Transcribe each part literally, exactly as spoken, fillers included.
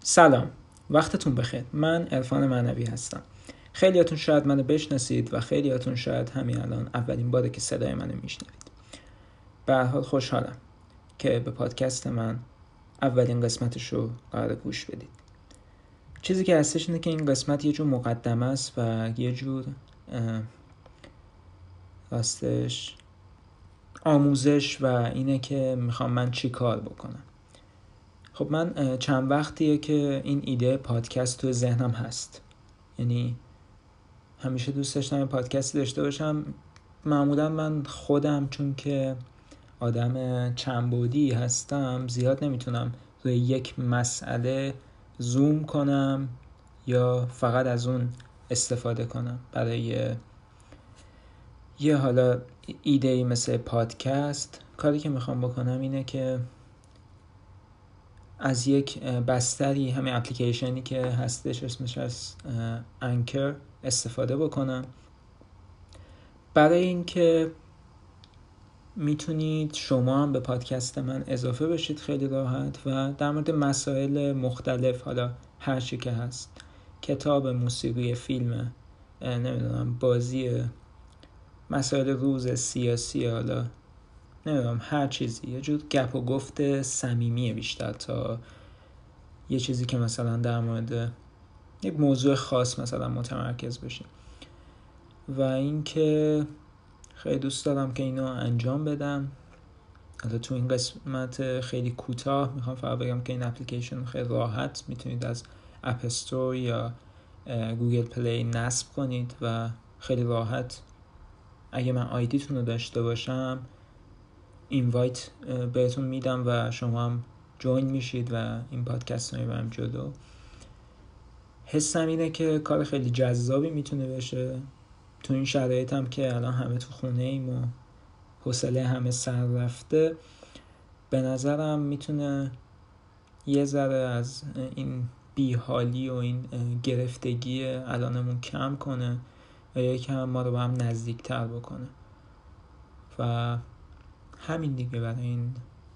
سلام، وقتتون بخیر. من عرفان معنوی هستم. خیلیاتون شاید منو بشناسید و خیلیاتون شاید همین الان اولین باره که صدای منو میشنوید. به هر حال خوشحالم که به پادکست من اولین قسمتش رو قرار گوش بدید. چیزی که هستش اینه که این قسمت یه جور مقدمه است و یه جور راستش آموزش و اینه که میخوام من چی کار بکنم. خب من چند وقتیه که این ایده پادکست تو ذهنم هست. یعنی همیشه دوست داشتم پادکستی داشته باشم. معمولا من خودم چون که آدم چندبعدی هستم زیاد نمیتونم روی یک مسئله زوم کنم یا فقط از اون استفاده کنم. برای یه حالا ایده‌ای مثل پادکست کاری که میخوام بکنم اینه که از یک بستری، همین اپلیکیشنی که هستش اسمش از انکر استفاده بکنم برای اینکه میتونید شما هم به پادکست من اضافه بشید خیلی راحت و در مورد مسائل مختلف، حالا هر چی که هست، کتاب، موسیقی، فیلم، نمیدونم بازی، مسائل روز، سیاسی، حالا نمیدونم هر چیزی، یه جور گپ و گفت صمیمی بیشتر تا یه چیزی که مثلا در مورد یک موضوع خاص مثلا متمرکز بشیم. و اینکه خیلی دوست دارم که اینو انجام بدم. حالا تو این قسمت خیلی کوتاه میخوام فقط بگم که این اپلیکیشن خیلی راحت میتونید از اپ استور یا گوگل پلی نصب کنید و خیلی راحت اگه من آیدیتون رو داشته باشم اینوایت بهتون میدم و شما هم جوین میشید و این پادکست رو میبرم جلو. حسم اینه که کار خیلی جذابی میتونه بشه تو این شرایط هم که الان همه تو خونه ایم و حوصله همه سر رفته. به نظرم میتونه یه ذره از این بیحالی و این گرفتگی الانمون کم کنه و یکم ما رو به هم نزدیکتر بکنه. و همین دیگه. برای این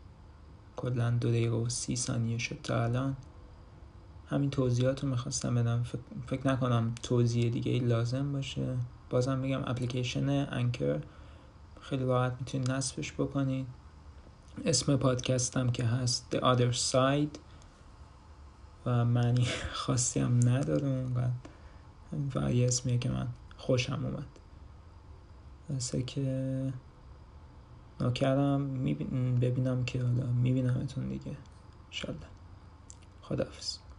کلن دو دقیقه و سی ثانیه شد تا الان. همین توضیحات رو میخواستم بدم. فکر نکنم توضیح دیگه ای لازم باشه. بازم میگم اپلیکیشن انکر خیلی راحت میتونید نصبش بکنید. اسم پادکستم که هست The Other Side و معنی خاصی هم نداره اونقدر و یه اسمیه که من خوشم اومد. واسه که ناکرم ببینم که حالا میبینمتون دیگه انشالله. خداحافظ.